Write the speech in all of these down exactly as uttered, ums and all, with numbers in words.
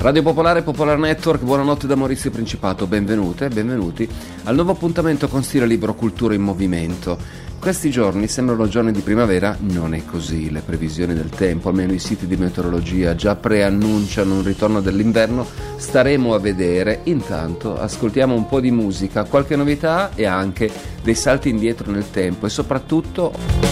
Radio Popolare, Popolare Network, buonanotte da Maurizio Principato, benvenute, benvenuti al nuovo appuntamento con Stile Libero Cultura in Movimento. Questi giorni sembrano giorni di primavera, non è così, le previsioni del tempo, almeno i siti di meteorologia già preannunciano un ritorno dell'inverno, staremo a vedere. Intanto ascoltiamo un po' di musica, qualche novità e anche dei salti indietro nel tempo e soprattutto...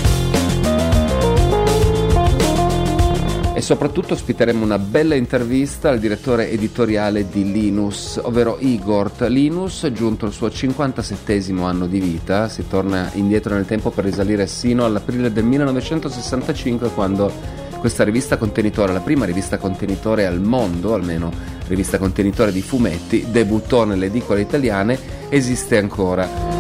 E soprattutto ospiteremo una bella intervista al direttore editoriale di Linus, ovvero Igor. Linus, giunto al suo cinquantasettesimo anno di vita, si torna indietro nel tempo per risalire sino all'aprile del millenovecentosessantacinque, quando questa rivista contenitore, la prima rivista contenitore al mondo, almeno rivista contenitore di fumetti, debuttò nelle edicole italiane, esiste ancora.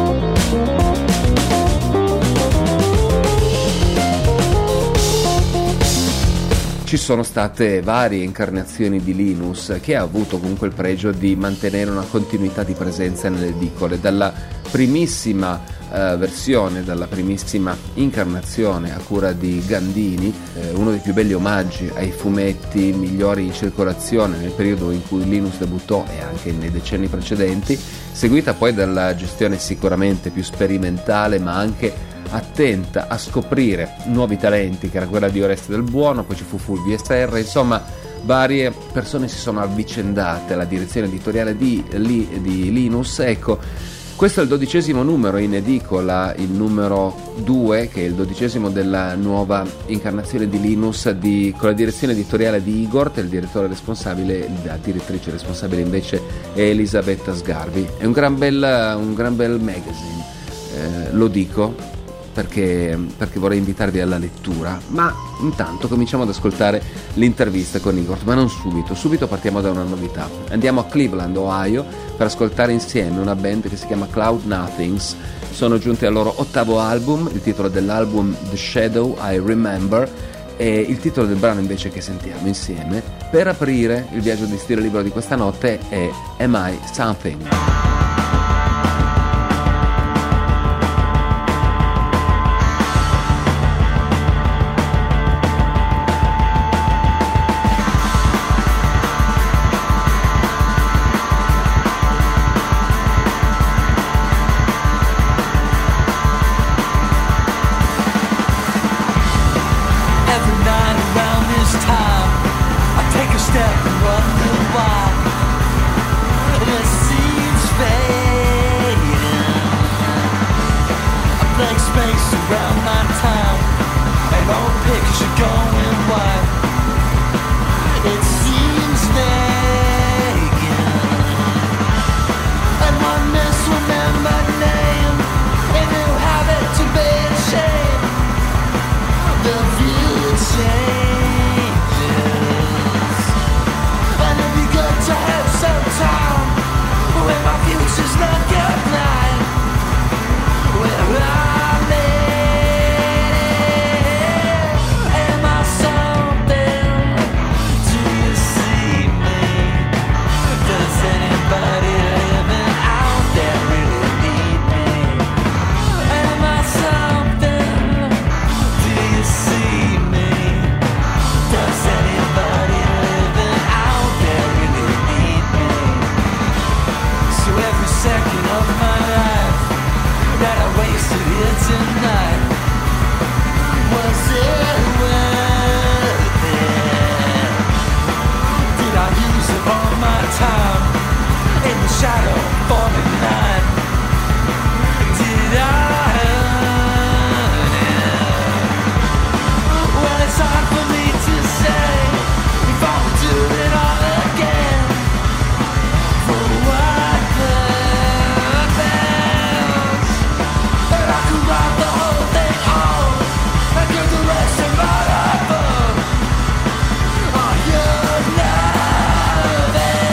Ci sono state varie incarnazioni di Linus, che ha avuto comunque il pregio di mantenere una continuità di presenza nelle edicole, dalla primissima eh, versione, dalla primissima incarnazione a cura di Gandini, eh, uno dei più belli omaggi ai fumetti migliori in circolazione nel periodo in cui Linus debuttò e anche nei decenni precedenti, seguita poi dalla gestione sicuramente più sperimentale ma anche attenta a scoprire nuovi talenti, che era quella di Oreste del Buono, poi ci fu Fulvio Serra, insomma varie persone si sono avvicendate alla direzione editoriale di, di Linus. Ecco, questo è il dodicesimo numero in edicola, il numero due, che è il dodicesimo della nuova incarnazione di Linus, di, con la direzione editoriale di Igor, il direttore responsabile, la direttrice responsabile invece è Elisabetta Sgarbi. È un gran bel, un gran bel magazine, eh, lo dico Perché, perché vorrei invitarvi alla lettura, ma intanto cominciamo ad ascoltare l'intervista con Igor, ma non subito, subito partiamo da una novità. Andiamo a Cleveland, Ohio, per ascoltare insieme una band che si chiama Cloud Nothings. Sono giunti al loro ottavo album, il titolo dell'album The Shadow I Remember, e il titolo del brano invece che sentiamo insieme per aprire il viaggio di stile libero di questa notte è Am I Something?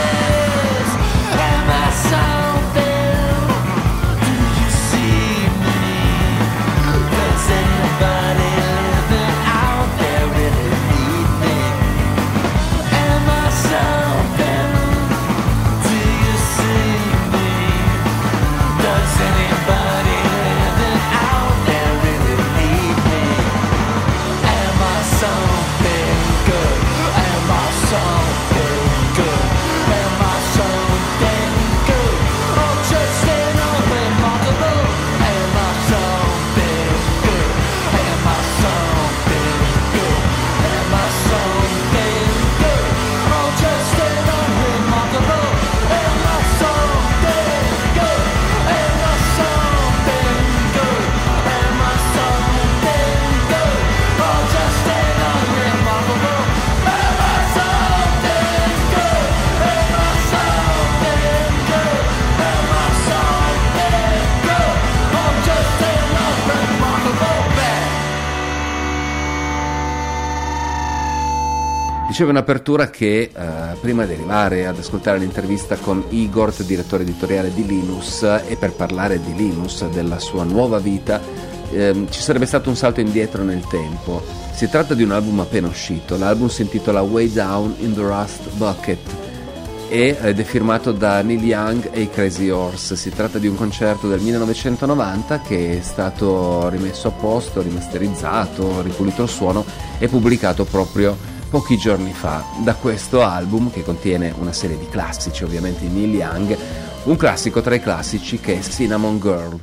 Am I something? Do you see me? Dicevo in apertura che eh, prima di arrivare ad ascoltare l'intervista con Igor, direttore editoriale di Linus, e per parlare di Linus, della sua nuova vita, eh, ci sarebbe stato un salto indietro nel tempo. Si tratta di un album appena uscito, l'album si intitola Way Down in the Rust Bucket ed è firmato da Neil Young e i Crazy Horse. Si tratta di un concerto del millenovecentonovanta che è stato rimesso a posto, rimasterizzato, ripulito il suono e pubblicato proprio pochi giorni fa. Da questo album, che contiene una serie di classici ovviamente di Neil Young, un classico tra i classici che è Cinnamon Girl.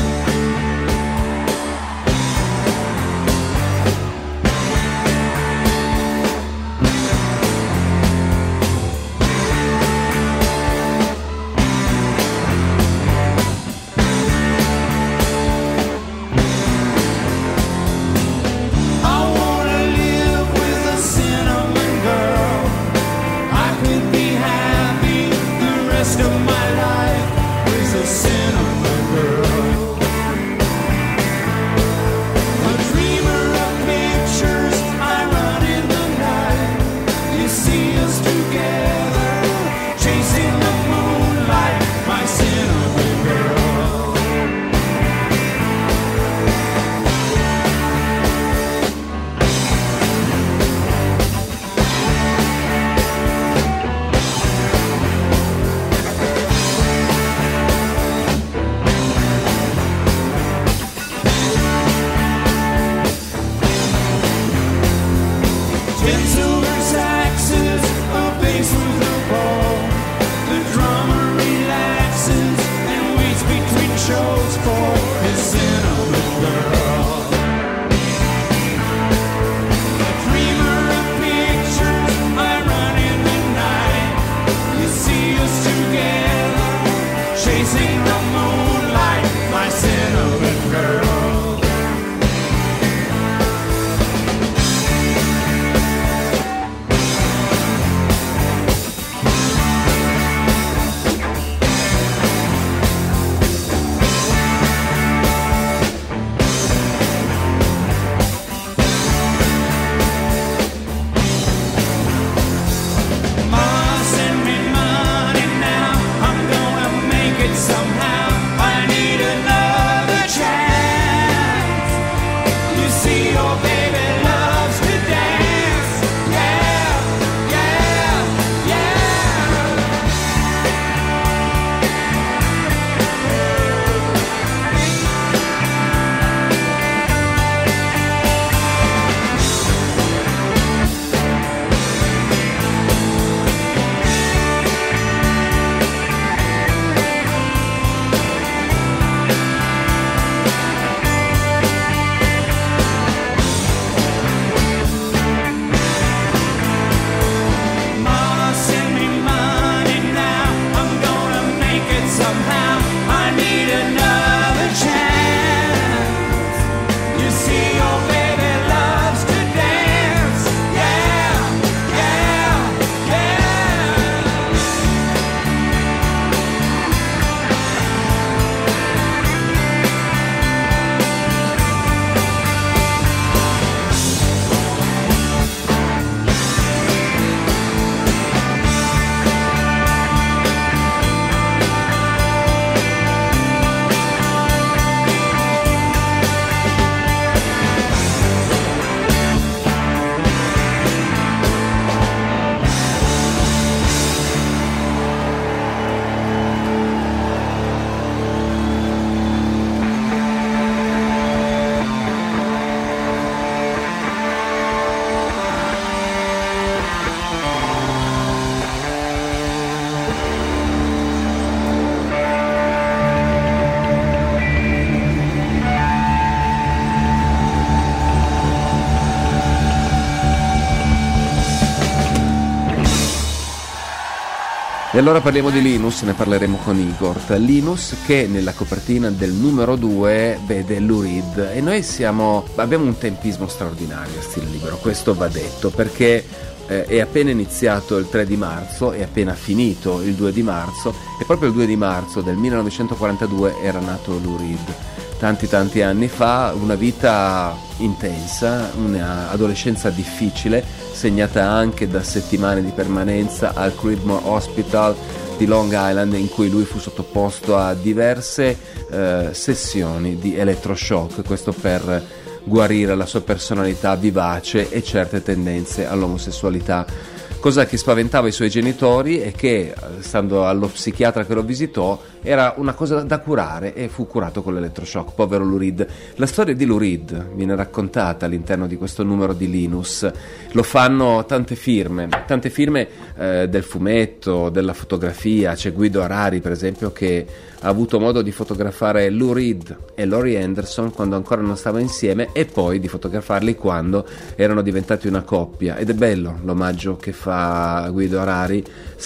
E allora parliamo di Linus, ne parleremo con Igor. Linus che nella copertina del numero due vede Lou Reed, e noi siamo, abbiamo un tempismo straordinario a Stile Libero, questo va detto, perché eh, è appena iniziato il tre di marzo, è appena finito il due di marzo, e proprio il due di marzo del millenovecentoquarantadue era nato Lou Reed. tanti tanti anni fa, una vita intensa, un'adolescenza difficile, segnata anche da settimane di permanenza al Creedmoor Hospital di Long Island, in cui lui fu sottoposto a diverse eh, sessioni di elettroshock, questo per guarire la sua personalità vivace e certe tendenze all'omosessualità, cosa che spaventava i suoi genitori e che, stando allo psichiatra che lo visitò, era una cosa da curare, e fu curato con l'elettroshock. Povero Lou Reed. La storia di Lou Reed viene raccontata all'interno di questo numero di Linus, lo fanno tante firme, tante firme eh, del fumetto, della fotografia. C'è Guido Arari, per esempio, che ha avuto modo di fotografare Lou Reed e Laurie Anderson quando ancora non stavano insieme, e poi di fotografarli quando erano diventati una coppia, ed è bello l'omaggio che fa Guido Arari,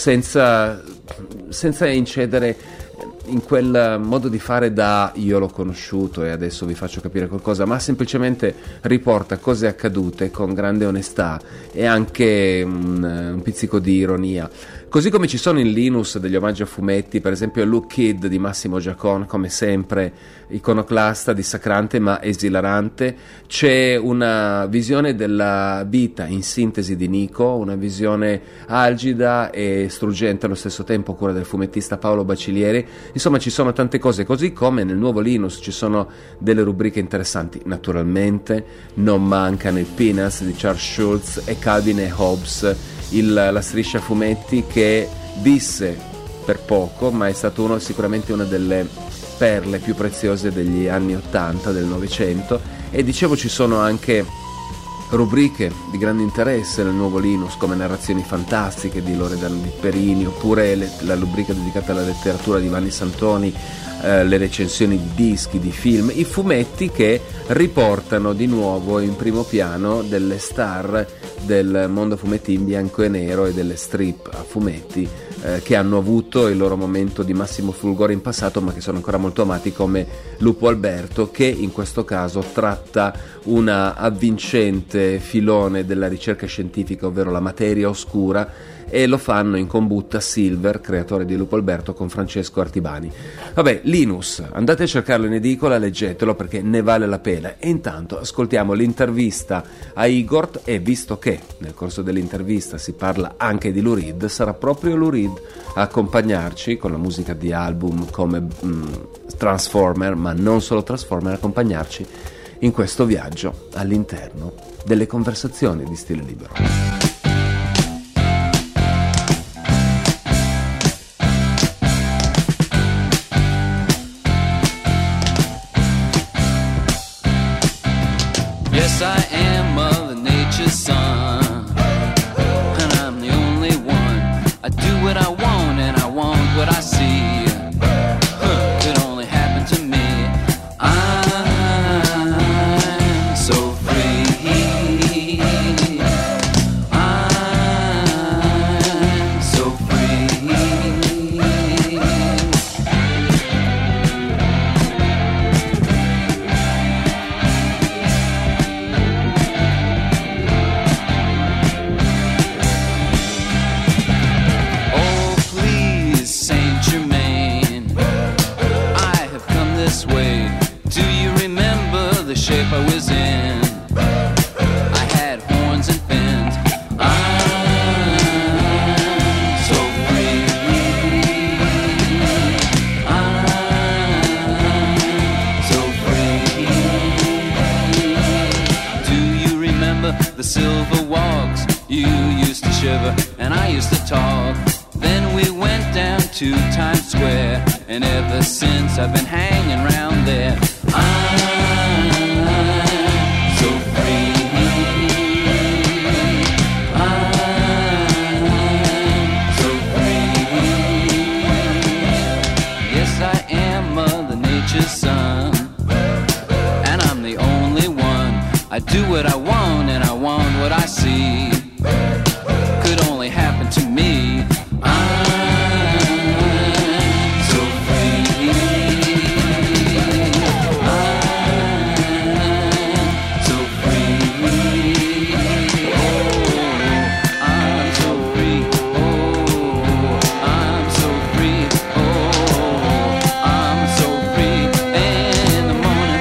senza, senza incedere in quel modo di fare da io l'ho conosciuto e adesso vi faccio capire qualcosa, ma semplicemente riporta cose accadute con grande onestà e anche un, un pizzico di ironia. Così come ci sono in Linus degli omaggi a fumetti, per esempio Look Kid di Massimo Giacon, come sempre iconoclasta, dissacrante ma esilarante. C'è una visione della vita in sintesi di Nico, una visione algida e struggente allo stesso tempo, a cura del fumettista Paolo Bacilieri. Insomma, ci sono tante cose, così come nel nuovo Linus ci sono delle rubriche interessanti. Naturalmente non mancano i Peanuts di Charles Schulz e Calvin e Hobbes, il, la striscia fumetti che visse per poco, ma è stato uno, sicuramente una delle perle più preziose degli anni ottanta, del Novecento. E dicevo, ci sono anche rubriche di grande interesse nel nuovo Linus, come Narrazioni fantastiche di Loredana Lipperini, oppure le, la rubrica dedicata alla letteratura di Vanni Santoni, eh, le recensioni di dischi, di film, i fumetti che riportano di nuovo in primo piano delle star del mondo fumetti in bianco e nero e delle strip a fumetti eh, che hanno avuto il loro momento di massimo fulgore in passato, ma che sono ancora molto amati, come Lupo Alberto, che in questo caso tratta una avvincente filone della ricerca scientifica, ovvero la materia oscura, e lo fanno in combutta Silver, creatore di Lupo Alberto, con Francesco Artibani. Vabbè, Linus, andate a cercarlo in edicola, leggetelo perché ne vale la pena. E intanto ascoltiamo l'intervista a Igor, e visto che nel corso dell'intervista si parla anche di Lou Reed, sarà proprio Lou Reed a accompagnarci con la musica di album come mm, Transformer, ma non solo Transformer, accompagnarci in questo viaggio all'interno delle conversazioni di Stile Libero. Yes, I am Mother Nature's son, and I'm the only one. I do what I want, and I want what I see. Huh, could only happen to me. I'm so free. I'm so free. Oh, please, Saint Germain, I have come this way. Do you remember the shape I was in? I had horns and fins. I'm so free. I'm so free. Do you remember the silver walks? You used to shiver and I used to talk. Then we went down to Times Square, and ever since I've been hanging around there. I'm so free. I'm so free. Yes, I am Mother Nature's son, and I'm the only one. I do what I want, and I want what I see. Could only happen to me. I'm so free. I'm so free. Oh, I'm so free. Oh, I'm so free. Oh, I'm so free. In the morning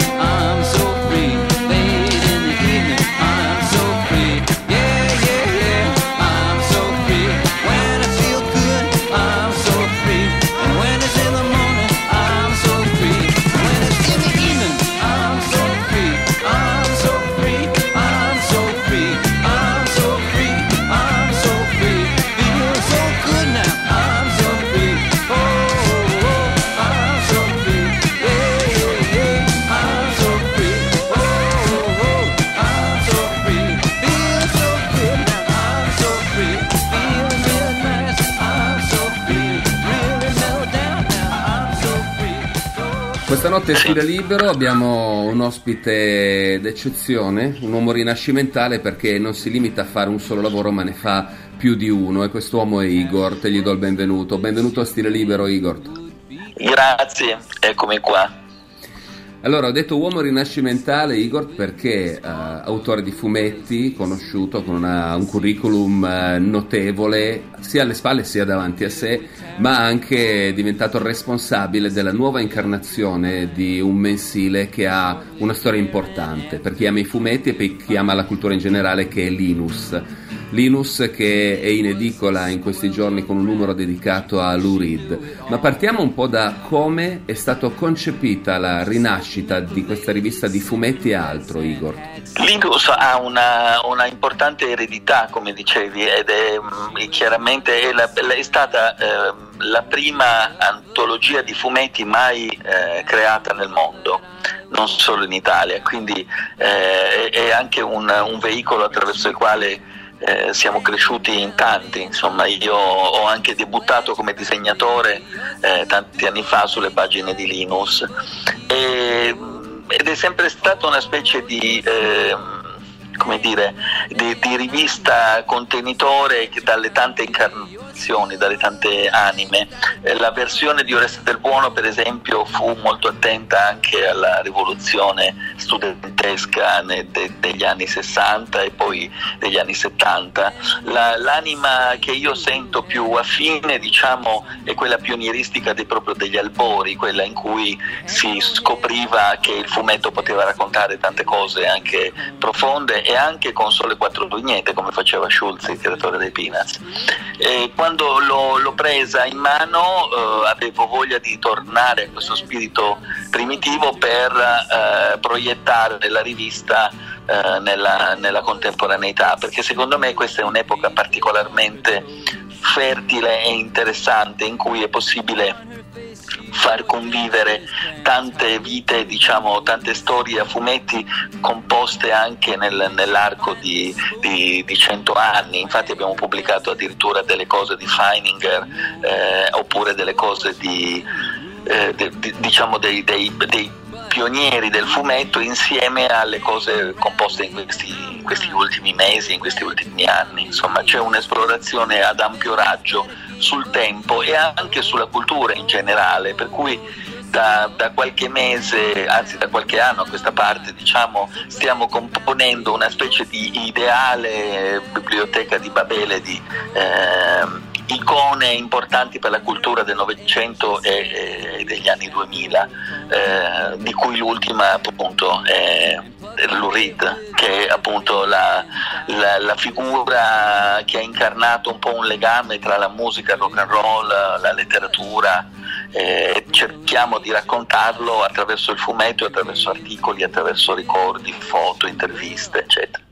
Questa notte a Stile Libero abbiamo un ospite d'eccezione, un uomo rinascimentale perché non si limita a fare un solo lavoro ma ne fa più di uno, e quest'uomo è Igor. Te gli do il benvenuto. Benvenuto a Stile Libero, Igor. Grazie, eccomi qua. Allora, ho detto uomo rinascimentale, Igor, perché uh, autore di fumetti, conosciuto con una, un curriculum uh, notevole, sia alle spalle sia davanti a sé, ma anche diventato responsabile della nuova incarnazione di un mensile che ha una storia importante per chi ama i fumetti e per chi ama la cultura in generale, che è Linus. Linus, che è in edicola in questi giorni con un numero dedicato a Lou Reed. Ma partiamo un po' da come è stata concepita la rinascita di questa rivista di fumetti e altro, Igor. Linus ha una, una importante eredità, come dicevi, ed è mh, chiaramente è, la, è stata eh, la prima antologia di fumetti mai eh, creata nel mondo, non solo in Italia, quindi eh, è anche un, un veicolo attraverso il quale Eh, siamo cresciuti in tanti. Insomma, io ho anche debuttato come disegnatore eh, tanti anni fa sulle pagine di Linus, e, ed è sempre stata una specie di eh, come dire di, di rivista contenitore che dalle tante incarnazioni, dalle tante anime. Eh, la versione di Oreste del Buono, per esempio, fu molto attenta anche alla rivoluzione studentesca ne, de, degli anni sessanta e poi degli anni settanta. La, l'anima che io sento più affine, diciamo, è quella pionieristica dei, proprio degli albori, quella in cui si scopriva che il fumetto poteva raccontare tante cose anche profonde, e anche con sole quattro vignette, come faceva Schulz, il direttore dei Peanuts. E quando l'ho, l'ho presa in mano eh, avevo voglia di tornare a questo spirito primitivo per eh, proiettare la rivista eh, nella, nella contemporaneità, perché secondo me questa è un'epoca particolarmente fertile e interessante in cui è possibile far convivere tante vite, diciamo, tante storie a fumetti composte anche nel, nell'arco di, di, di cento anni. Infatti abbiamo pubblicato addirittura delle cose di Feininger eh, oppure delle cose di, eh, de, di diciamo dei, dei, dei pionieri del fumetto, insieme alle cose composte in questi, in questi ultimi mesi, in questi ultimi anni. Insomma, c'è un'esplorazione ad ampio raggio sul tempo e anche sulla cultura in generale, per cui da, da qualche mese, anzi da qualche anno a questa parte, diciamo, stiamo componendo una specie di ideale biblioteca di Babele di eh, icone importanti per la cultura del Novecento e, e degli anni duemila, eh, di cui l'ultima appunto è Lou Reed, che è appunto la, la, la figura che ha incarnato un po' un legame tra la musica, il rock and roll, la letteratura. Eh, cerchiamo di raccontarlo attraverso il fumetto, attraverso articoli, attraverso ricordi, foto, interviste, eccetera.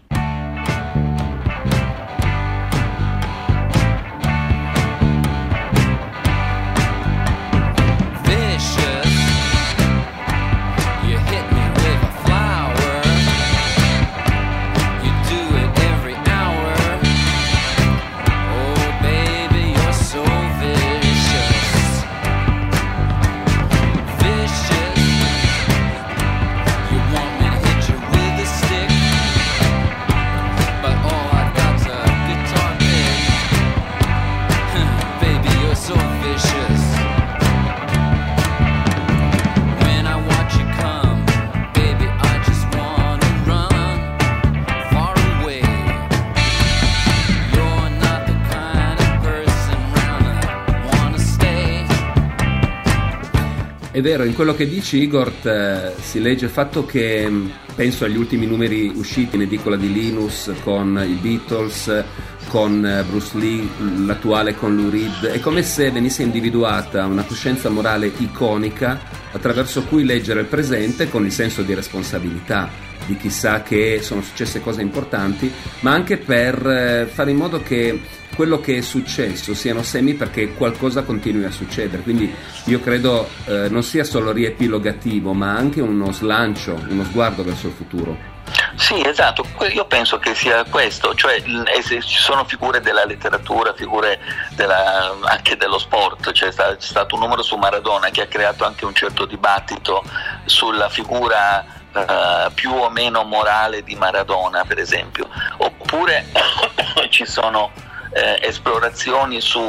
È vero, in quello che dici, Igor, eh, si legge il fatto che, penso agli ultimi numeri usciti in edicola di Linus con i Beatles, con Bruce Lee, l'attuale con Lou Reed, è come se venisse individuata una coscienza morale iconica attraverso cui leggere il presente con il senso di responsabilità di chi sa che sono successe cose importanti, ma anche per fare in modo che quello che è successo siano semi perché qualcosa continui a succedere. Quindi io credo eh, non sia solo riepilogativo, ma anche uno slancio, uno sguardo verso il futuro. Sì, esatto, io penso che sia questo, cioè ci sono figure della letteratura, figure della, anche dello sport, c'è stato, c'è stato un numero su Maradona che ha creato anche un certo dibattito sulla figura Uh, più o meno morale di Maradona, per esempio, oppure ci sono eh, esplorazioni su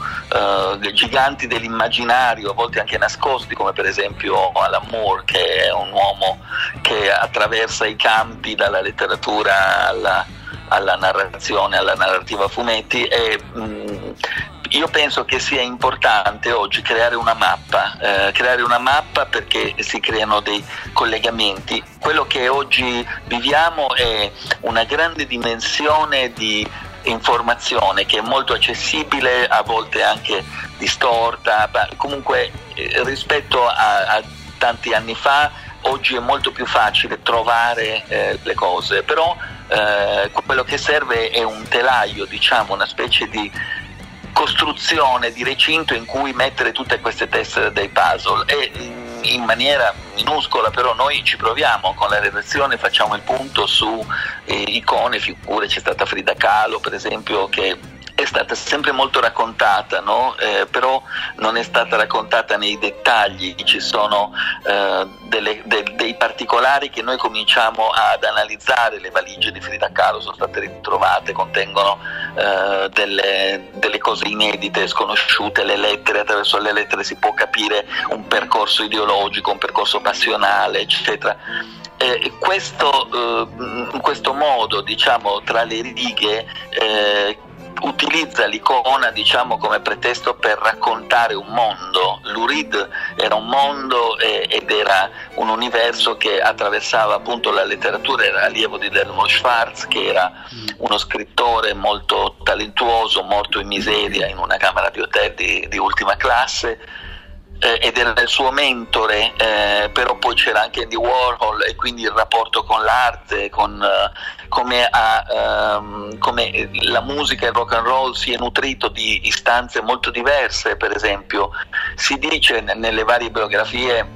uh, giganti dell'immaginario, a volte anche nascosti, come per esempio Alan Moore, che è un uomo che attraversa i campi dalla letteratura alla, alla narrazione, alla narrativa a fumetti, e mh, io penso che sia importante oggi creare una mappa, eh, creare una mappa perché si creano dei collegamenti. Quello che oggi viviamo è una grande dimensione di informazione che è molto accessibile, a volte anche distorta, comunque eh, rispetto a, a tanti anni fa oggi è molto più facile trovare eh, le cose, però eh, quello che serve è un telaio, diciamo, una specie di costruzione di recinto in cui mettere tutte queste tessere dei puzzle, e in maniera minuscola però noi ci proviamo con la redazione, facciamo il punto su eh, icone, figure. C'è stata Frida Kahlo per esempio, che è stata sempre molto raccontata, no? Eh, però non è stata raccontata nei dettagli, ci sono eh, delle, de, dei particolari che noi cominciamo ad analizzare. Le valigie di Frida Kahlo sono state ritrovate, contengono eh, delle, delle cose inedite, sconosciute, le lettere, attraverso le lettere si può capire un percorso ideologico, un percorso passionale, eccetera. Eh, questo, eh, in questo modo, diciamo, tra le righe, eh, utilizza l'icona, diciamo, come pretesto per raccontare un mondo. Lou Reed era un mondo eh, ed era un universo che attraversava appunto la letteratura. Era allievo di Delmore Schwartz, che era uno scrittore molto talentuoso, morto in miseria in una camera di hotel di, di ultima classe, eh, ed era il suo mentore, eh, però poi c'era anche Andy Warhol, e quindi il rapporto con l'arte, con uh, come, ha, um, come la musica e il rock and roll si è nutrito di istanze molto diverse. Per esempio si dice nelle varie biografie,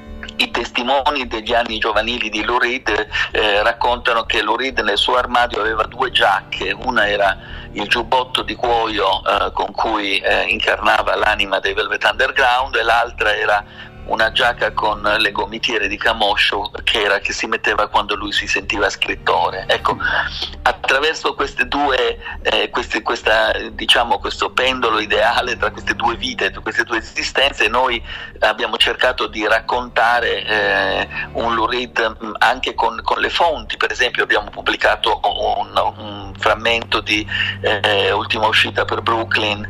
i testimoni degli anni giovanili di Lou Reed eh, raccontano che Lou Reed nel suo armadio aveva due giacche, una era il giubbotto di cuoio eh, con cui eh, incarnava l'anima dei Velvet Underground, e l'altra era una giacca con le gomitiere di camoscio che era che si metteva quando lui si sentiva scrittore. Ecco, attraverso queste due eh, queste, questa, diciamo, questo pendolo ideale tra queste due vite, tra queste due esistenze, noi abbiamo cercato di raccontare eh, un Lou Reed anche con, con le fonti. Per esempio abbiamo pubblicato un, un frammento di eh, ultima uscita per Brooklyn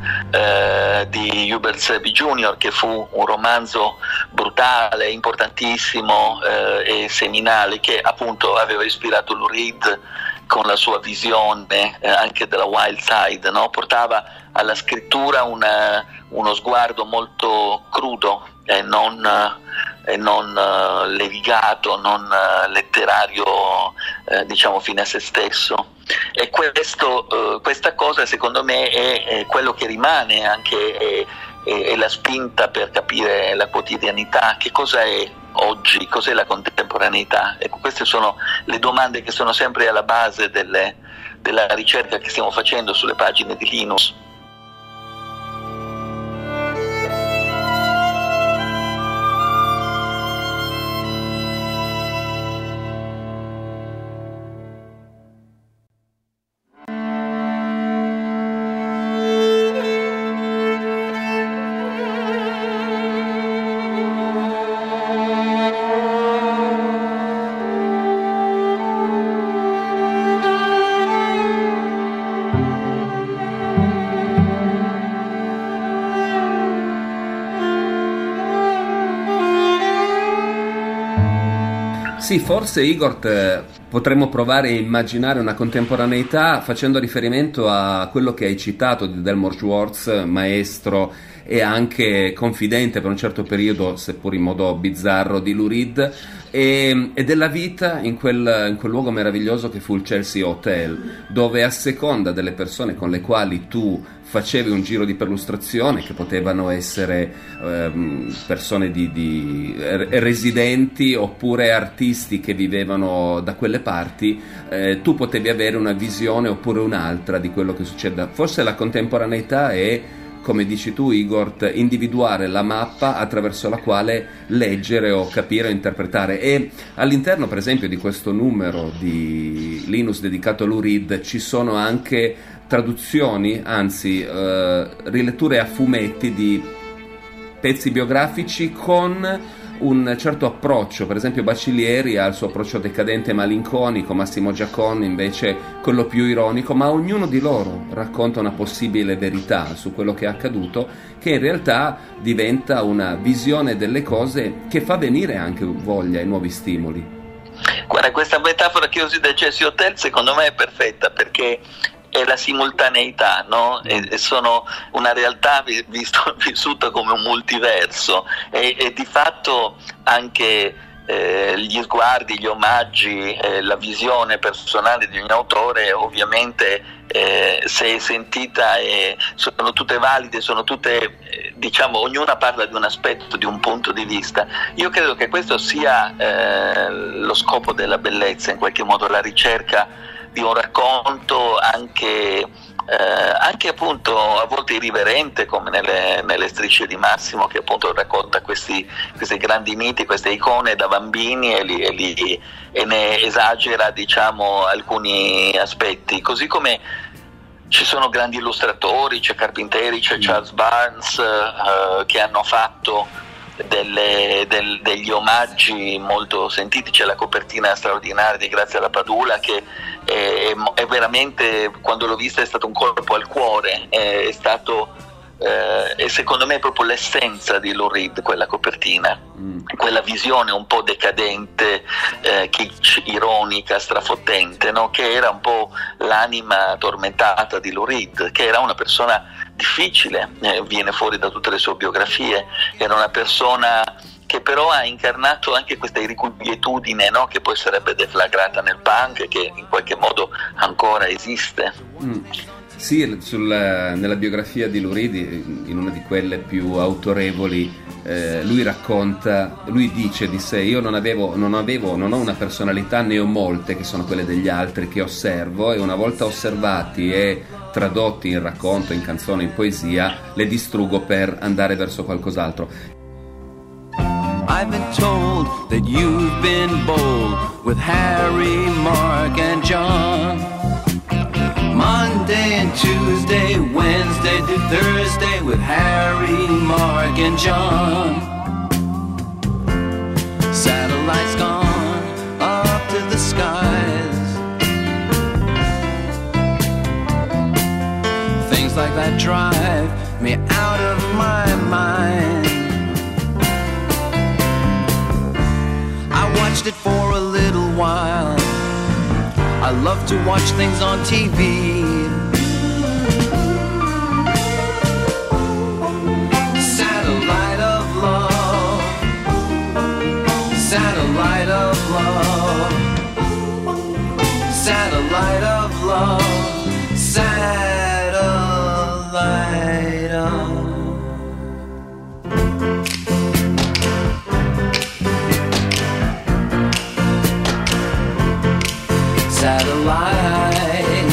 eh, di Hubert Selby Junior, che fu un romanzo brutale, importantissimo eh, e seminale, che appunto aveva ispirato Lou Reed con la sua visione eh, anche della Wild Side, no? Portava alla scrittura una, uno sguardo molto crudo e non, e non uh, levigato, non uh, letterario, eh, diciamo fine a se stesso. E questo, uh, questa cosa secondo me è, è quello che rimane anche è, è la spinta per capire la quotidianità. Che cosa è oggi, cos'è la contemporaneità? Ecco, queste sono le domande che sono sempre alla base delle, della ricerca che stiamo facendo sulle pagine di Linus. Sì, forse Igor potremmo provare a immaginare una contemporaneità facendo riferimento a quello che hai citato di Delmore Schwartz, maestro e anche confidente per un certo periodo, seppur in modo bizzarro, di Lou Reed, e, e della vita in quel, in quel luogo meraviglioso che fu il Chelsea Hotel, dove a seconda delle persone con le quali tu facevi un giro di perlustrazione, che potevano essere ehm, persone di, di residenti oppure artisti che vivevano da quelle parti, eh, tu potevi avere una visione oppure un'altra di quello che succede. Forse la contemporaneità è, come dici tu Igor, individuare la mappa attraverso la quale leggere o capire o interpretare. E all'interno, per esempio, di questo numero di Linus dedicato a Lou Reed ci sono anche traduzioni, anzi eh, riletture a fumetti di pezzi biografici con un certo approccio. Per esempio Bacilieri ha il suo approccio decadente e malinconico, Massimo Giacon invece quello più ironico, ma ognuno di loro racconta una possibile verità su quello che è accaduto, che in realtà diventa una visione delle cose che fa venire anche voglia e nuovi stimoli. Guarda, questa metafora che usi del Jesse Hotel secondo me è perfetta, perché è la simultaneità, no? E, e sono una realtà visto, vissuta come un multiverso, e, e di fatto anche eh, gli sguardi, gli omaggi, eh, la visione personale di ogni autore ovviamente eh, se è sentita eh, sono tutte valide, sono tutte eh, diciamo, ognuna parla di un aspetto, di un punto di vista. Io credo che questo sia eh, lo scopo della bellezza, in qualche modo la ricerca di un racconto anche, eh, anche appunto a volte irriverente, come nelle, nelle strisce di Massimo, che appunto racconta questi, questi grandi miti, queste icone da bambini e, li, e, li, e ne esagera, diciamo, alcuni aspetti, così come ci sono grandi illustratori, c'è Carpinteri, c'è Charles Barnes, eh, che hanno fatto Delle, del, degli omaggi molto sentiti. C'è la copertina straordinaria di Grazia Padula, che è, è veramente, quando l'ho vista, è stato un colpo al cuore, è, è stato eh, e secondo me è proprio l'essenza di Lou Reed, quella copertina, mm. quella visione un po' decadente, eh, kitsch, ironica, strafottente, no? Che era un po' l'anima tormentata di Lou Reed, che era una persona difficile, eh, viene fuori da tutte le sue biografie, era una persona che però ha incarnato anche questa irrequietudine, no? Che poi sarebbe deflagrata nel punk, che in qualche modo ancora esiste. Mm. Sì, sul, nella biografia di Lou Reed, in una di quelle più autorevoli, eh, lui racconta, lui dice di sé: io non avevo, non avevo, non ho una personalità, ne ho molte che sono quelle degli altri che osservo, e una volta osservati e tradotti in racconto, in canzone, in poesia, le distruggo per andare verso qualcos'altro. I've been told that you've been bold with Harry, Mark and John. Monday and Tuesday, Wednesday to Thursday with Harry, Mark and John. Satellites gone up to the skies. Things like that drive me out of my mind. I watched it for a little while. I love to watch things on T V. Satellite of love, satellite of love, satellite of love, satellite of satellite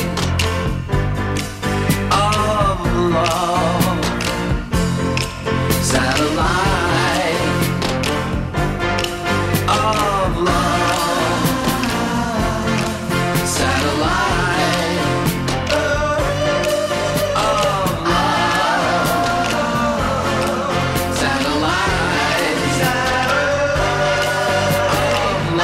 of love, satellite of love, satellite of love, satellite of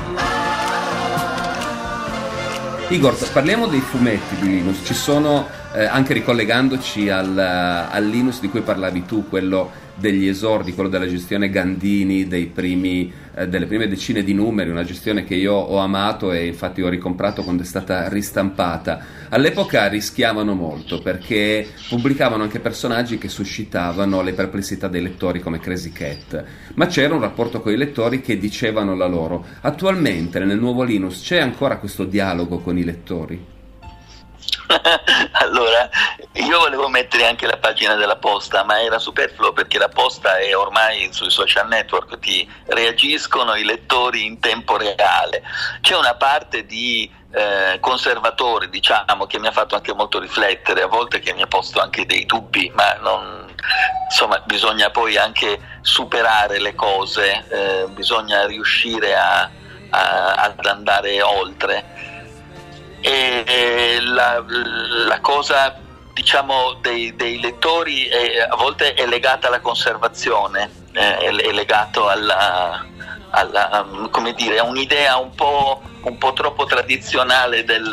Igor, parliamo dei fumetti di Linus. Ci sono eh, anche ricollegandoci al, al Linus di cui parlavi tu, quello degli esordi, quello della gestione Gandini dei primi, eh, delle prime decine di numeri, una gestione che io ho amato e infatti ho ricomprato quando è stata ristampata. All'epoca rischiavano molto perché pubblicavano anche personaggi che suscitavano le perplessità dei lettori come Crazy Cat, ma c'era un rapporto con i lettori che dicevano la loro. Attualmente nel nuovo Linus c'è ancora questo dialogo con i lettori? Allora, io volevo mettere anche la pagina della Posta, ma era superfluo perché la Posta è ormai sui social network, ti reagiscono i lettori in tempo reale. C'è una parte di eh, conservatori, diciamo, che mi ha fatto anche molto riflettere, a volte che mi ha posto anche dei dubbi, ma non, insomma, bisogna poi anche superare le cose, eh, bisogna riuscire a, a, ad andare oltre. E la, la cosa, diciamo, dei, dei lettori è, a volte è legata alla conservazione, è, è legato alla, alla, come dire, a un'idea un po', un po' troppo tradizionale del,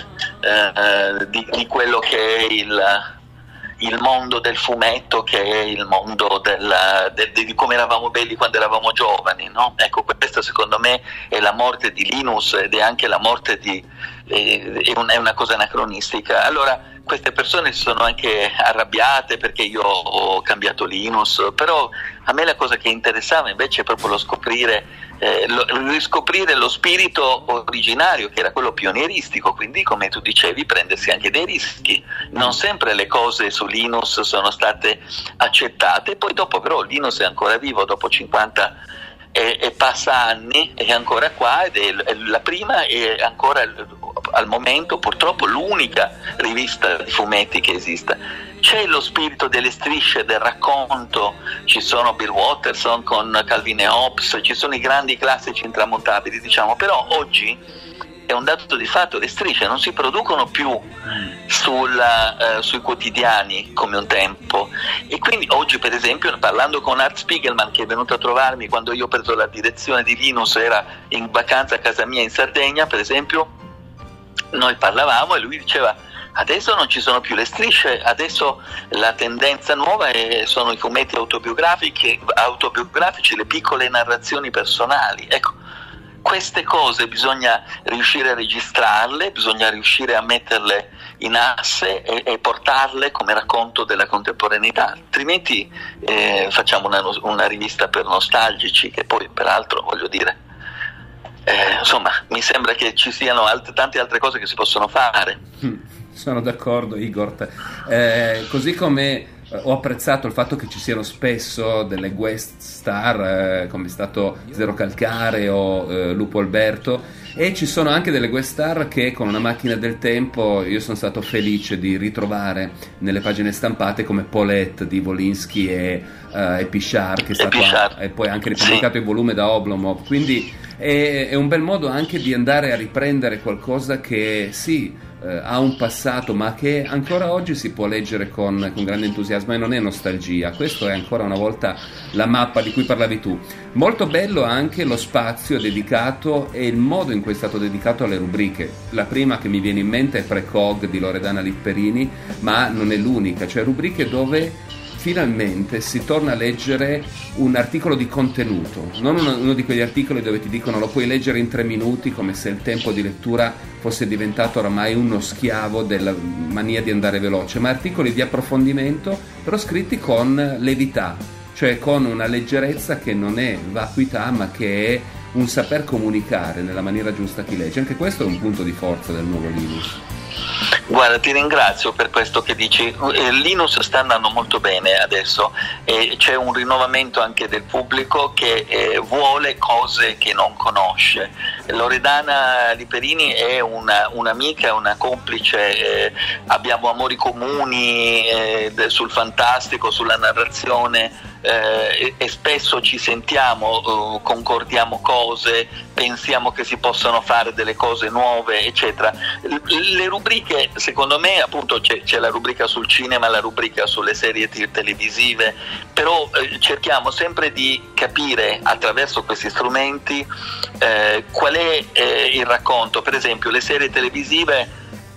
eh, di, di quello che è il, il mondo del fumetto, che è il mondo del, de, de, di come eravamo belli quando eravamo giovani, no? Ecco, questa secondo me è la morte di Linus ed è anche la morte di è una cosa anacronistica. Allora queste persone si sono anche arrabbiate perché io ho cambiato Linus, però a me la cosa che interessava invece è proprio lo scoprire eh, lo, riscoprire lo spirito originario, che era quello pionieristico, quindi come tu dicevi prendersi anche dei rischi. Non sempre le cose su Linus sono state accettate, poi dopo però Linus è ancora vivo dopo cinquanta e, e passa anni, è ancora qua ed è, è la prima e ancora al momento purtroppo l'unica rivista di fumetti che esista. C'è lo spirito delle strisce, del racconto, ci sono Bill Watterson con Calvin e Hobbes, ci sono i grandi classici intramontabili, diciamo, però oggi è un dato di fatto, le strisce non si producono più sulla, eh, sui quotidiani come un tempo, e quindi oggi per esempio, parlando con Art Spiegelman, che è venuto a trovarmi quando io ho preso la direzione di Linus, era in vacanza a casa mia in Sardegna per esempio, noi parlavamo e lui diceva: adesso non ci sono più le strisce, adesso la tendenza nuova è, sono i fumetti autobiografici, autobiografici, le piccole narrazioni personali. Ecco, queste cose bisogna riuscire a registrarle, bisogna riuscire a metterle in asse e, e portarle come racconto della contemporaneità, altrimenti eh, facciamo una, una rivista per nostalgici, che poi peraltro, voglio dire, Eh, insomma, mi sembra che ci siano alt- tante altre cose che si possono fare. Sono d'accordo, Igor. Eh, così come ho apprezzato il fatto che ci siano spesso delle guest star, eh, come è stato Zero Calcare o eh, Lupo Alberto, e ci sono anche delle guest star che con una macchina del tempo io sono stato felice di ritrovare nelle pagine stampate, come Paulette di Volinsky e, uh, e Pichard, che è stato Pichard. e poi anche ripubblicato sì. in volume da Oblomov, quindi è, è un bel modo anche di andare a riprendere qualcosa che sì Uh, ha un passato, ma che ancora oggi si può leggere con, con grande entusiasmo, e non è nostalgia. Questo è ancora una volta la mappa di cui parlavi tu. Molto bello anche lo spazio dedicato e il modo in cui è stato dedicato alle rubriche. La prima che mi viene in mente è Precog di Loredana Lipperini, ma non è l'unica, cioè rubriche dove finalmente si torna a leggere un articolo di contenuto, non uno, uno di quegli articoli dove ti dicono lo puoi leggere in tre minuti, come se il tempo di lettura fosse diventato oramai uno schiavo della mania di andare veloce, ma articoli di approfondimento però scritti con levità, cioè con una leggerezza che non è vacuità, ma che è un saper comunicare nella maniera giusta a chi legge. Anche questo è un punto di forza del nuovo Linus. Guarda, ti ringrazio per questo che dici. Linus sta andando molto bene adesso e c'è un rinnovamento anche del pubblico che eh, vuole cose che non conosce. Loredana Lipperini è una, un'amica, una complice, eh, abbiamo amori comuni eh, sul fantastico, sulla narrazione. Eh, e spesso ci sentiamo, uh, concordiamo cose, pensiamo che si possano fare delle cose nuove, eccetera. L- le rubriche, secondo me, appunto c'è, c'è la rubrica sul cinema, la rubrica sulle serie t- televisive, però eh, cerchiamo sempre di capire attraverso questi strumenti eh, qual è eh, il racconto. Per esempio le serie televisive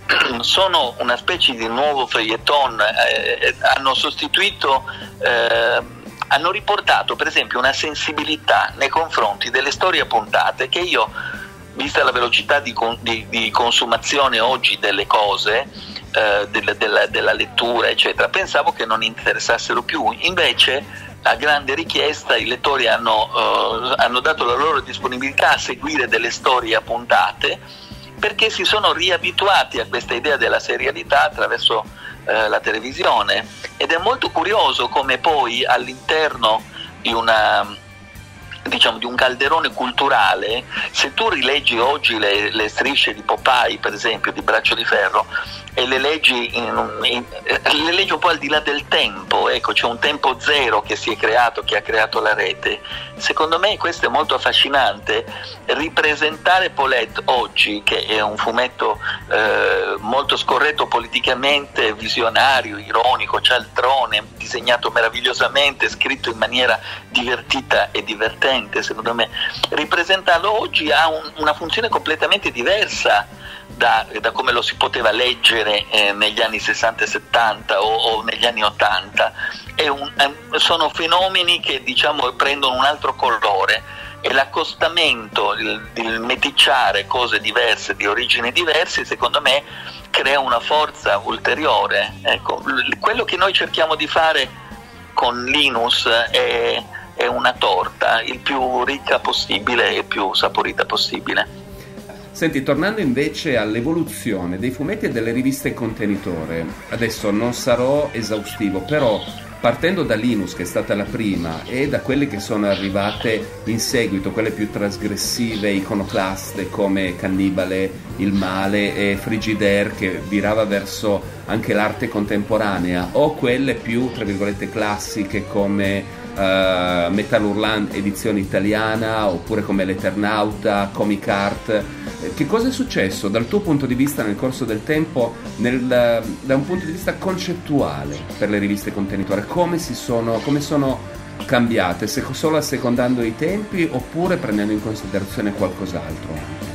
sono una specie di nuovo feuilleton, eh, hanno sostituito, eh, hanno riportato per esempio una sensibilità nei confronti delle storie appuntate che io, vista la velocità di, di, di consumazione oggi delle cose, eh, della, della, della lettura eccetera, pensavo che non interessassero più. Invece, a grande richiesta, i lettori hanno, uh, hanno dato la loro disponibilità a seguire delle storie appuntate, perché si sono riabituati a questa idea della serialità attraverso uh, la televisione. Ed è molto curioso come poi all'interno di una, diciamo, di un calderone culturale, se tu rileggi oggi le, le strisce di Popeye, per esempio, di Braccio di Ferro, e le leggi, in, in, le leggi un po' al di là del tempo, ecco, c'è un tempo zero che si è creato, che ha creato la rete. Secondo me questo è molto affascinante, ripresentare Paulette oggi, che è un fumetto eh, molto scorretto politicamente, visionario, ironico, cialtrone, disegnato meravigliosamente, scritto in maniera divertita e divertente. Secondo me ripresentarlo oggi ha un, una funzione completamente diversa Da, da come lo si poteva leggere eh, negli anni sessanta e settanta o, o negli anni ottanta. È un, è, sono fenomeni che, diciamo, prendono un altro colore, e l'accostamento, il, il meticciare cose diverse, di origini diverse, secondo me crea una forza ulteriore. Ecco, quello che noi cerchiamo di fare con Linus è, è una torta il più ricca possibile e più saporita possibile. Senti, tornando invece all'evoluzione dei fumetti e delle riviste contenitore, adesso non sarò esaustivo, però partendo da Linus, che è stata la prima, e da quelle che sono arrivate in seguito, quelle più trasgressive, iconoclaste come Cannibale, Il Male e Frigidaire, che virava verso anche l'arte contemporanea, o quelle più, tra virgolette, classiche come Uh, Metal Hurlant edizione italiana, oppure come l'Eternauta, Comic Art. Che cosa è successo dal tuo punto di vista nel corso del tempo, nel, da un punto di vista concettuale, per le riviste contenitore? Come si sono, come sono cambiate? Se, solo assecondando i tempi, oppure prendendo in considerazione qualcos'altro?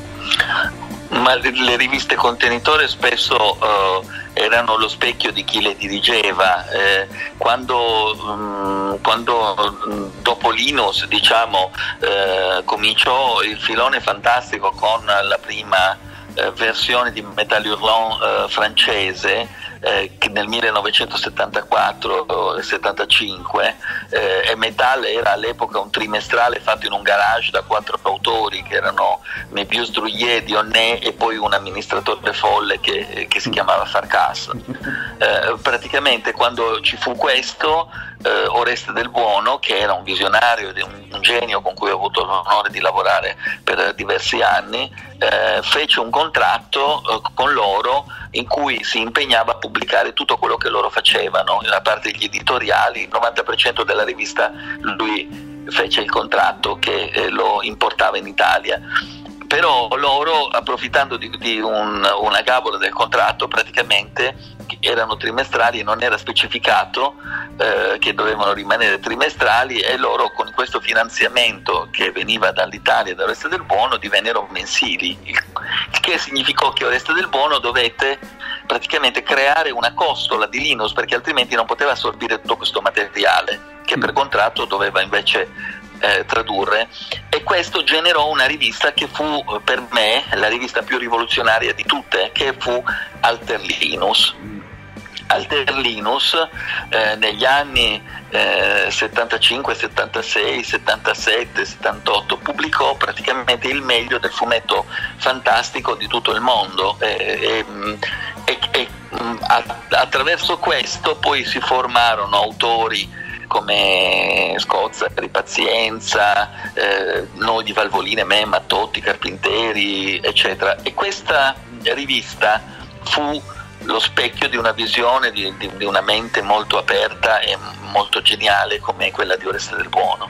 Ma le riviste contenitore spesso uh, erano lo specchio di chi le dirigeva. Eh, quando, um, quando um, dopo Linus, diciamo, eh, cominciò il filone fantastico con la prima eh, versione di Metal Hurlant eh, francese, eh, che nel millenovecentosettantaquattro settantacinque, eh, e Metal era all'epoca un trimestrale fatto in un garage da quattro autori, che erano Mébius, Drouillet, Dionnet e poi un amministratore folle che, che si chiamava Farkas. Eh, praticamente quando ci fu questo, eh, Oreste Del Buono, che era un visionario, un, un genio con cui ho avuto l'onore di lavorare per diversi anni, eh, fece un contratto eh, con loro in cui si impegnava a pubblicare tutto quello che loro facevano, a parte gli editoriali. Il novanta per cento della rivista lui fece il contratto che eh, lo importava in Italia. Però loro, approfittando di, di un, una gabola del contratto, praticamente erano trimestrali e non era specificato eh, che dovevano rimanere trimestrali, e loro, con questo finanziamento che veniva dall'Italia e da Oreste Del Buono, divennero mensili, il che significò che Oreste Del Buono dovette praticamente creare una costola di Linus, perché altrimenti non poteva assorbire tutto questo materiale che per contratto doveva invece Eh, tradurre, e questo generò una rivista che fu per me la rivista più rivoluzionaria di tutte, che fu Alter Linus. Alter Linus eh, negli anni eh, settantacinque, settantasei, settantasette, settantotto pubblicò praticamente il meglio del fumetto fantastico di tutto il mondo, e, e, e attraverso questo poi si formarono autori come Scozzari, Pazienza, eh, noi di Valvoline, me, Mattotti, Carpinteri, eccetera. E questa rivista fu lo specchio di una visione, di, di, di una mente molto aperta e molto geniale come quella di Oreste Del Buono.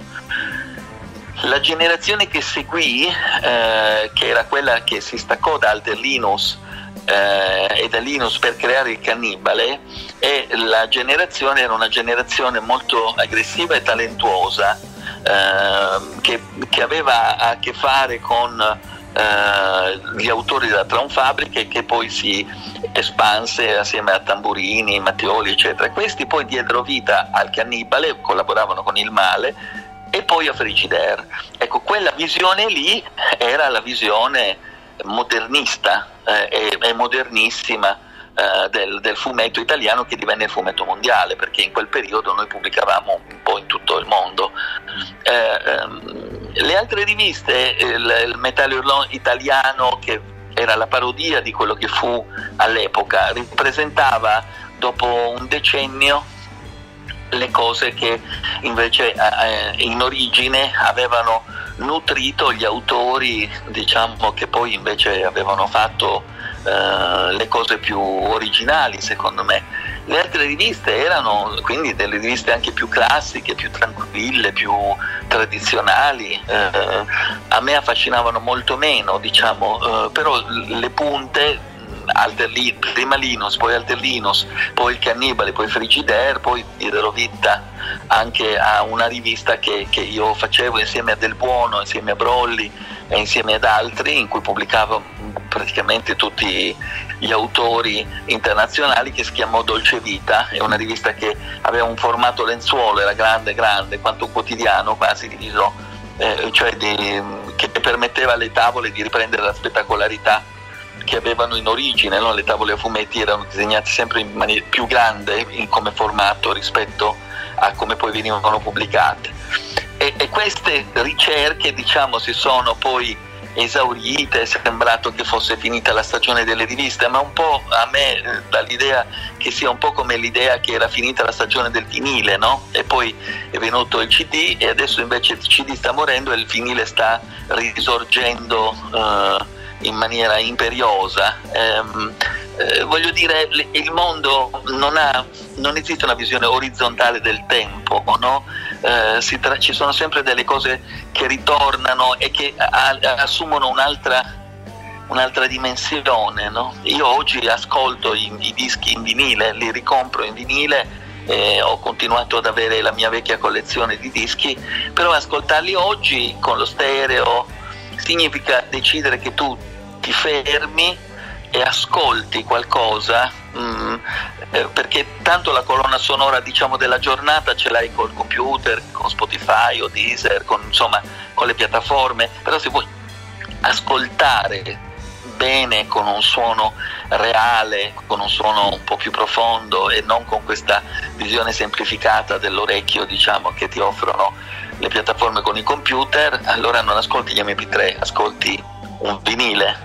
La generazione che seguì, eh, che era quella che si staccò da Alter Linus eh, e da Linus per creare il Cannibale, e la generazione era una generazione molto aggressiva e talentuosa, eh, che, che aveva a che fare con eh, gli autori della Traumfabrik, che poi si espanse assieme a Tamburini, Mattioli eccetera. Questi poi diedero vita al Cannibale, collaboravano con il Male, e poi a Frigidaire. Ecco, quella visione lì era la visione modernista eh, e, e modernissima eh, del, del fumetto italiano, che divenne il fumetto mondiale, perché in quel periodo noi pubblicavamo un po' in tutto il mondo. Eh, ehm, le altre riviste, il, il Metal Hurlant italiano, che era la parodia di quello che fu all'epoca, ripresentava dopo un decennio le cose che invece eh, in origine avevano nutrito gli autori, diciamo, che poi invece avevano fatto eh, le cose più originali, secondo me. Le altre riviste erano quindi delle riviste anche più classiche, più tranquille, più tradizionali. Eh, a me affascinavano molto meno, diciamo, eh, però le punte, Alterli, prima Linus, poi Alterlinus, poi il Cannibale, poi Frigidaire, poi diedero vita anche a una rivista che, che io facevo insieme a Del Buono, insieme a Brolli e insieme ad altri, in cui pubblicavo praticamente tutti gli autori internazionali, che si chiamò Dolce Vita. È una rivista che aveva un formato lenzuolo, era grande grande quanto un quotidiano, quasi diviso, eh, cioè di, che permetteva alle tavole di riprendere la spettacolarità che avevano in origine, no? Le tavole a fumetti erano disegnate sempre in maniera più grande in come formato rispetto a come poi venivano pubblicate, e, e queste ricerche, diciamo, si sono poi esaurite. È sembrato che fosse finita la stagione delle riviste, ma un po' a me dà l'idea che sia un po' come l'idea che era finita la stagione del vinile, no? E poi è venuto il C D, e adesso invece il C D sta morendo e il vinile sta risorgendo eh, in maniera imperiosa. Ehm, eh, voglio dire, il mondo non ha, non esiste una visione orizzontale del tempo, no? Eh, si tra- ci sono sempre delle cose che ritornano e che a- assumono un'altra, un'altra dimensione, no? Io oggi ascolto i, i dischi in vinile, li ricompro in vinile, eh, ho continuato ad avere la mia vecchia collezione di dischi, però ascoltarli oggi con lo stereo significa decidere che tu ti fermi e ascolti qualcosa, mh, eh, perché tanto la colonna sonora, diciamo, della giornata ce l'hai col computer, con Spotify o Deezer, con, insomma, con le piattaforme, però se vuoi ascoltare bene, con un suono reale, con un suono un po' più profondo e non con questa visione semplificata dell'orecchio, diciamo, che ti offrono le piattaforme con i computer, allora non ascolti gli emme pi tre, ascolti un vinile.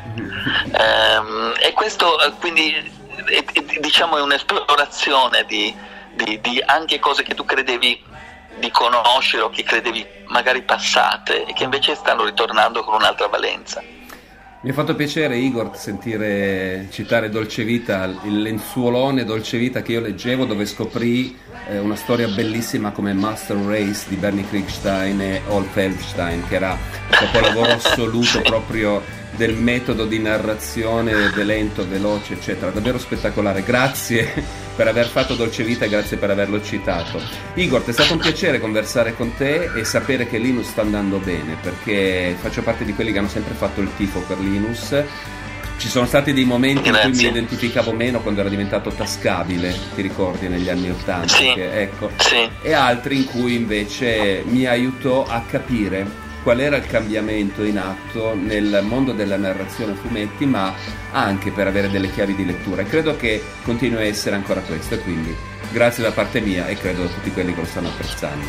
ehm, e questo quindi è, è, diciamo, è un'esplorazione di, di, di anche cose che tu credevi di conoscere o che credevi magari passate e che invece stanno ritornando con un'altra valenza. Mi ha fatto piacere, Igor, sentire citare Dolce Vita, il lenzuolone Dolce Vita che io leggevo, dove scoprì eh, una storia bellissima come Master Race di Bernie Krigstein e Olf Elfstein, che era un capolavoro assoluto proprio del metodo di narrazione, de lento, veloce, eccetera. Davvero spettacolare. Grazie per aver fatto Dolce Vita e grazie per averlo citato. Igor, è stato un piacere conversare con te e sapere che Linus sta andando bene, perché faccio parte di quelli che hanno sempre fatto il tifo per Linus. Ci sono stati dei momenti Grazie. in cui mi identificavo meno, quando era diventato tascabile, ti ricordi, negli anni Ottanta, sì. che, ecco, sì. e altri in cui invece mi aiutò a capire qual era il cambiamento in atto nel mondo della narrazione a fumetti, ma anche per avere delle chiavi di lettura, e credo che continui a essere ancora questo, e quindi grazie da parte mia e credo a tutti quelli che lo stanno apprezzando.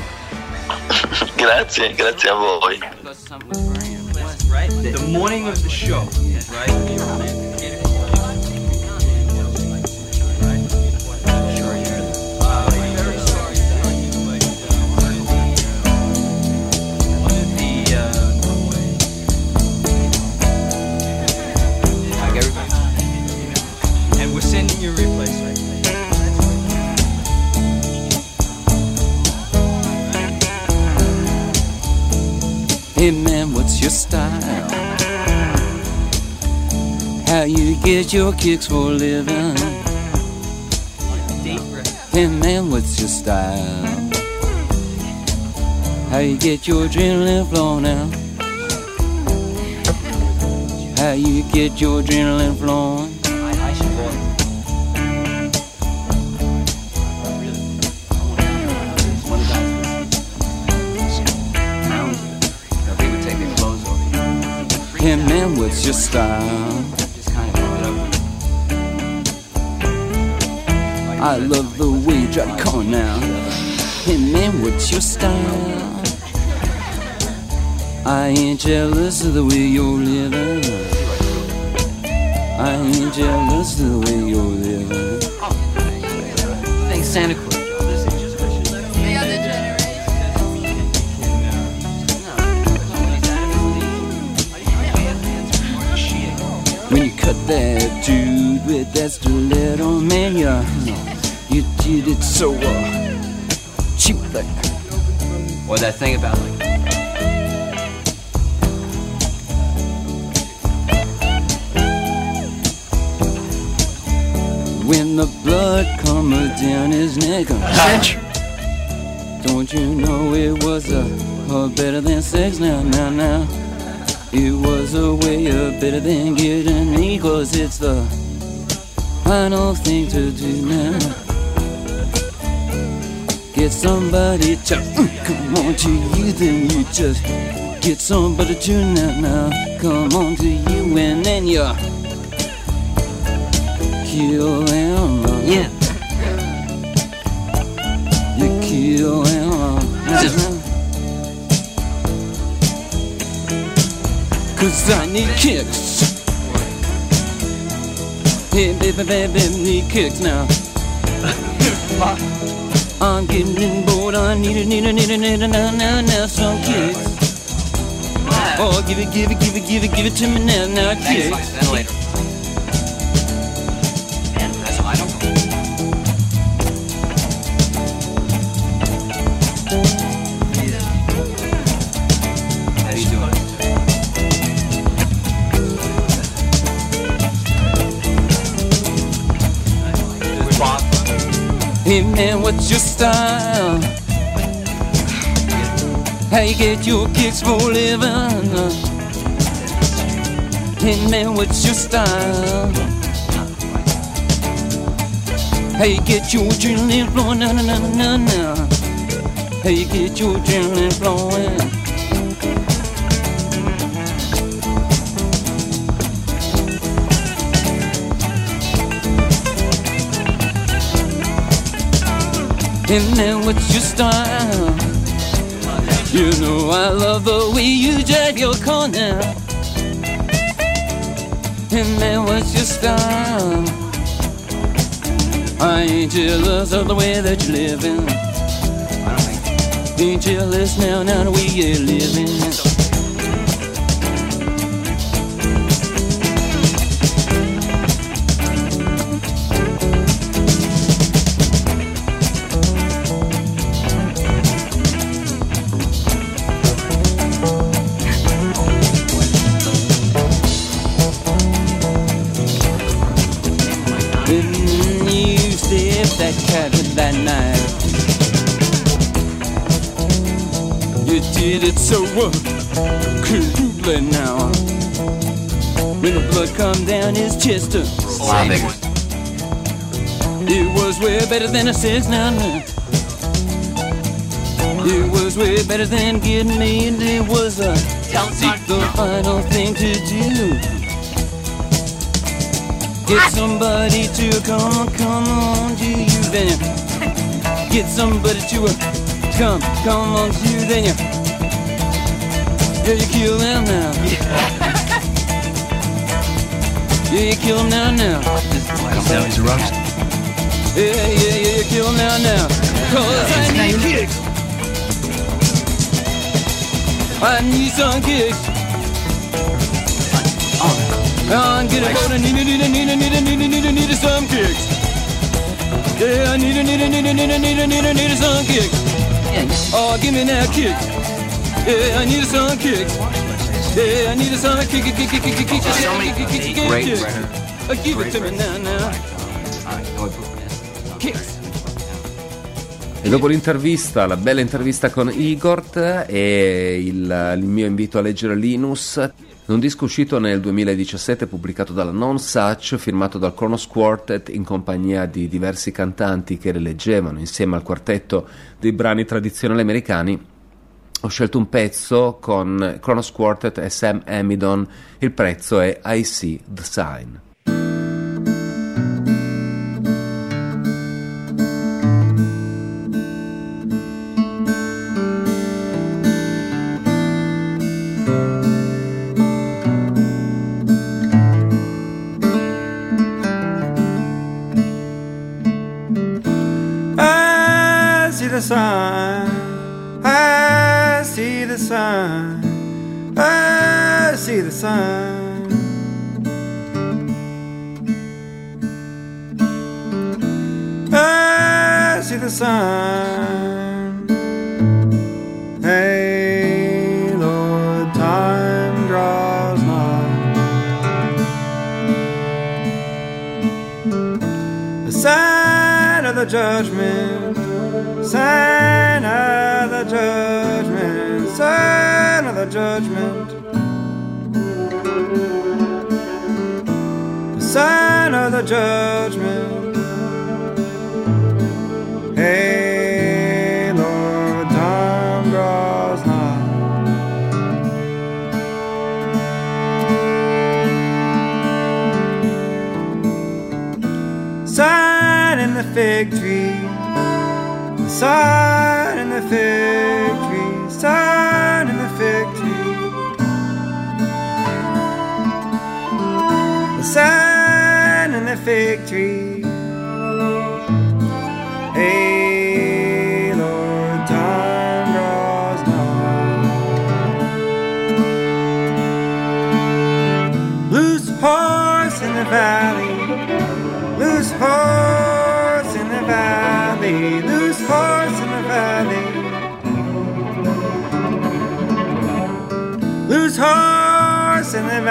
Grazie, grazie a voi. The morning of the show, right? Sending your replays right now. Hey man, what's your style? How you get your kicks for a living? Hey man, what's your style? How you get your adrenaline flowing out? How you get your adrenaline flowing? Hey man, what's your style? I love the way you drive a car now. Hey man, what's your style? I ain't jealous of the way you're living. I ain't jealous of the way you're living. Thanks, Santa Claus. When you cut that dude with that stiletto, man, you, you did it so uh, cheap like. Or that thing about like. When the blood comes down his neck, don't you know it was a, a better than sex now, now, now. It was a way up better than getting me, cause it's the final thing to do now. Get somebody to mm, come on to you, then you just get somebody to now, now. Come on to you, and then you kill them. Uh, yeah. You kill them. Uh, just. Cause I need kicks. Hey baby, baby, need kicks now. I'm getting bored, I need it, need it, need it, need it, now, now, now, some kicks. Oh, give it, give it, give it, give it, give it to me now, now, kicks. Thanks, then later. Man, that's I don't know. How you doing? Hey man, what's your style? How you get your kicks for a living? Hey man, what's your style? How you get your adrenaline flowing? Na na na na na. How you get your adrenaline flowing? And then what's your style? You know I love the way you drive your car now. And then what's your style? I ain't jealous of the way that you're living. Ain't jealous now, now the way you're living. That cat with that knife, you did it so uh, coolly now. When the blood come down his chest, uh, Slavic. It was way better than a six now, now. It was way better than getting me, and it was uh, the final thing to do. Get somebody to come, come on to you, then you get somebody to uh, come, come on to you, then you yeah, you kill them now. Yeah, you kill them now, now. That was rough. Yeah, yeah, yeah, you kill them now, now. Cause I need kicks. I need some kicks. I'm getting bored, I need, need, need, need, need, need, need, need some kicks. Yeah, I need, need, need, need, need, need, need, need some kicks. Oh, give me that kicks. Yeah, I need some kicks. Yeah, I need some kick, kick, kick, kick, kick, kick, kick, kick, kick, Great kicks. runner. Give it to me now, now. Kicks. E dopo l'intervista, la bella intervista con Igor e il, il mio invito a leggere Linus, un disco uscito nel duemiladiciassette pubblicato dalla Non Such, firmato dal Kronos Quartet in compagnia di diversi cantanti che rileggevano insieme al quartetto dei brani tradizionali americani ho scelto un pezzo con Kronos Quartet e Sam Amidon, il prezzo è I See the Sign. I see the sign, I see the sign, I see the sign. I see the sign. Hey Lord, time draws nigh. The sign of the judgment, sign of the judgment, sign of the judgment, the sign of the judgment. Hey Lord, time draws nigh. Sign in the fig tree, the sign in the fig tree, sign in the fig tree, the sign in the fig tree. Hey Lord, time draws nigh. Loose horse in the valley, loose horse in the valley, loose horse in the valley, loose horse in the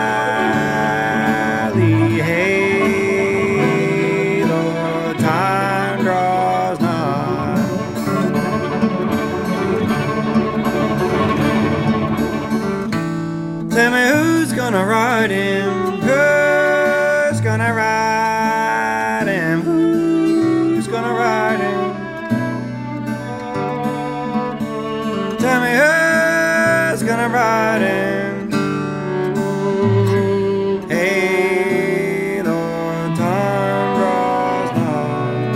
valley. Hey Lord, time draws nigh. Tell me who's gonna ride him, who's gonna ride him, who's gonna ride him. Tell me who's gonna ride him. Hey Lord, time draws nigh.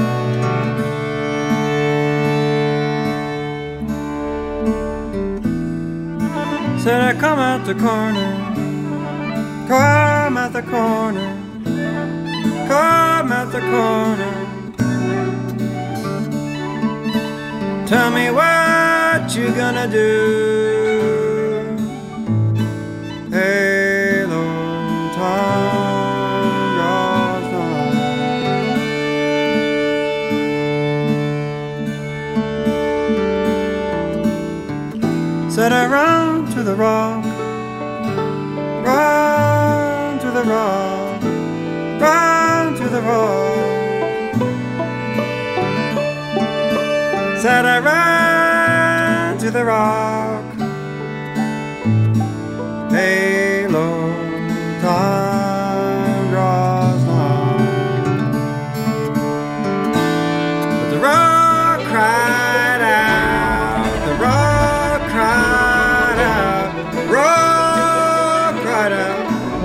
Said I come out the corner, come out the corner, come out the corner. Tell me what you gonna do. Hey Lord, time draws nigh. Said I run to the rock, run to the rock, run to the rock. Said I run to the rock. Hey Lord, time draws nigh. But the rock cried out, the rock cried out, the rock cried out.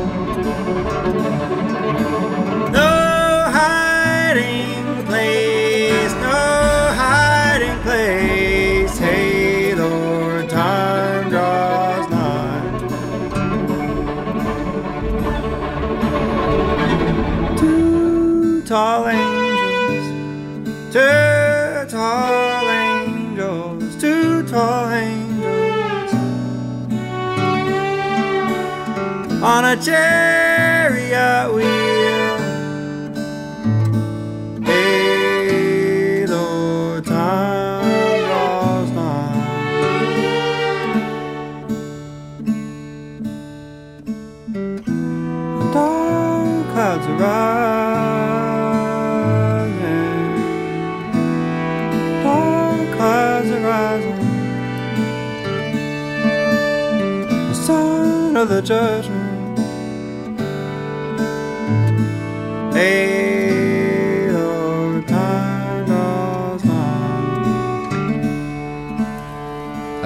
No hiding place, no hiding place. Hey Lord, time draws nigh. Two tall angels, two tall angels, two tall angels on a chariot wheel. Hey Lord, time draws nigh. The dark clouds are rising, dark clouds are rising. The son of the judgment. Hey Lord, time draws nigh.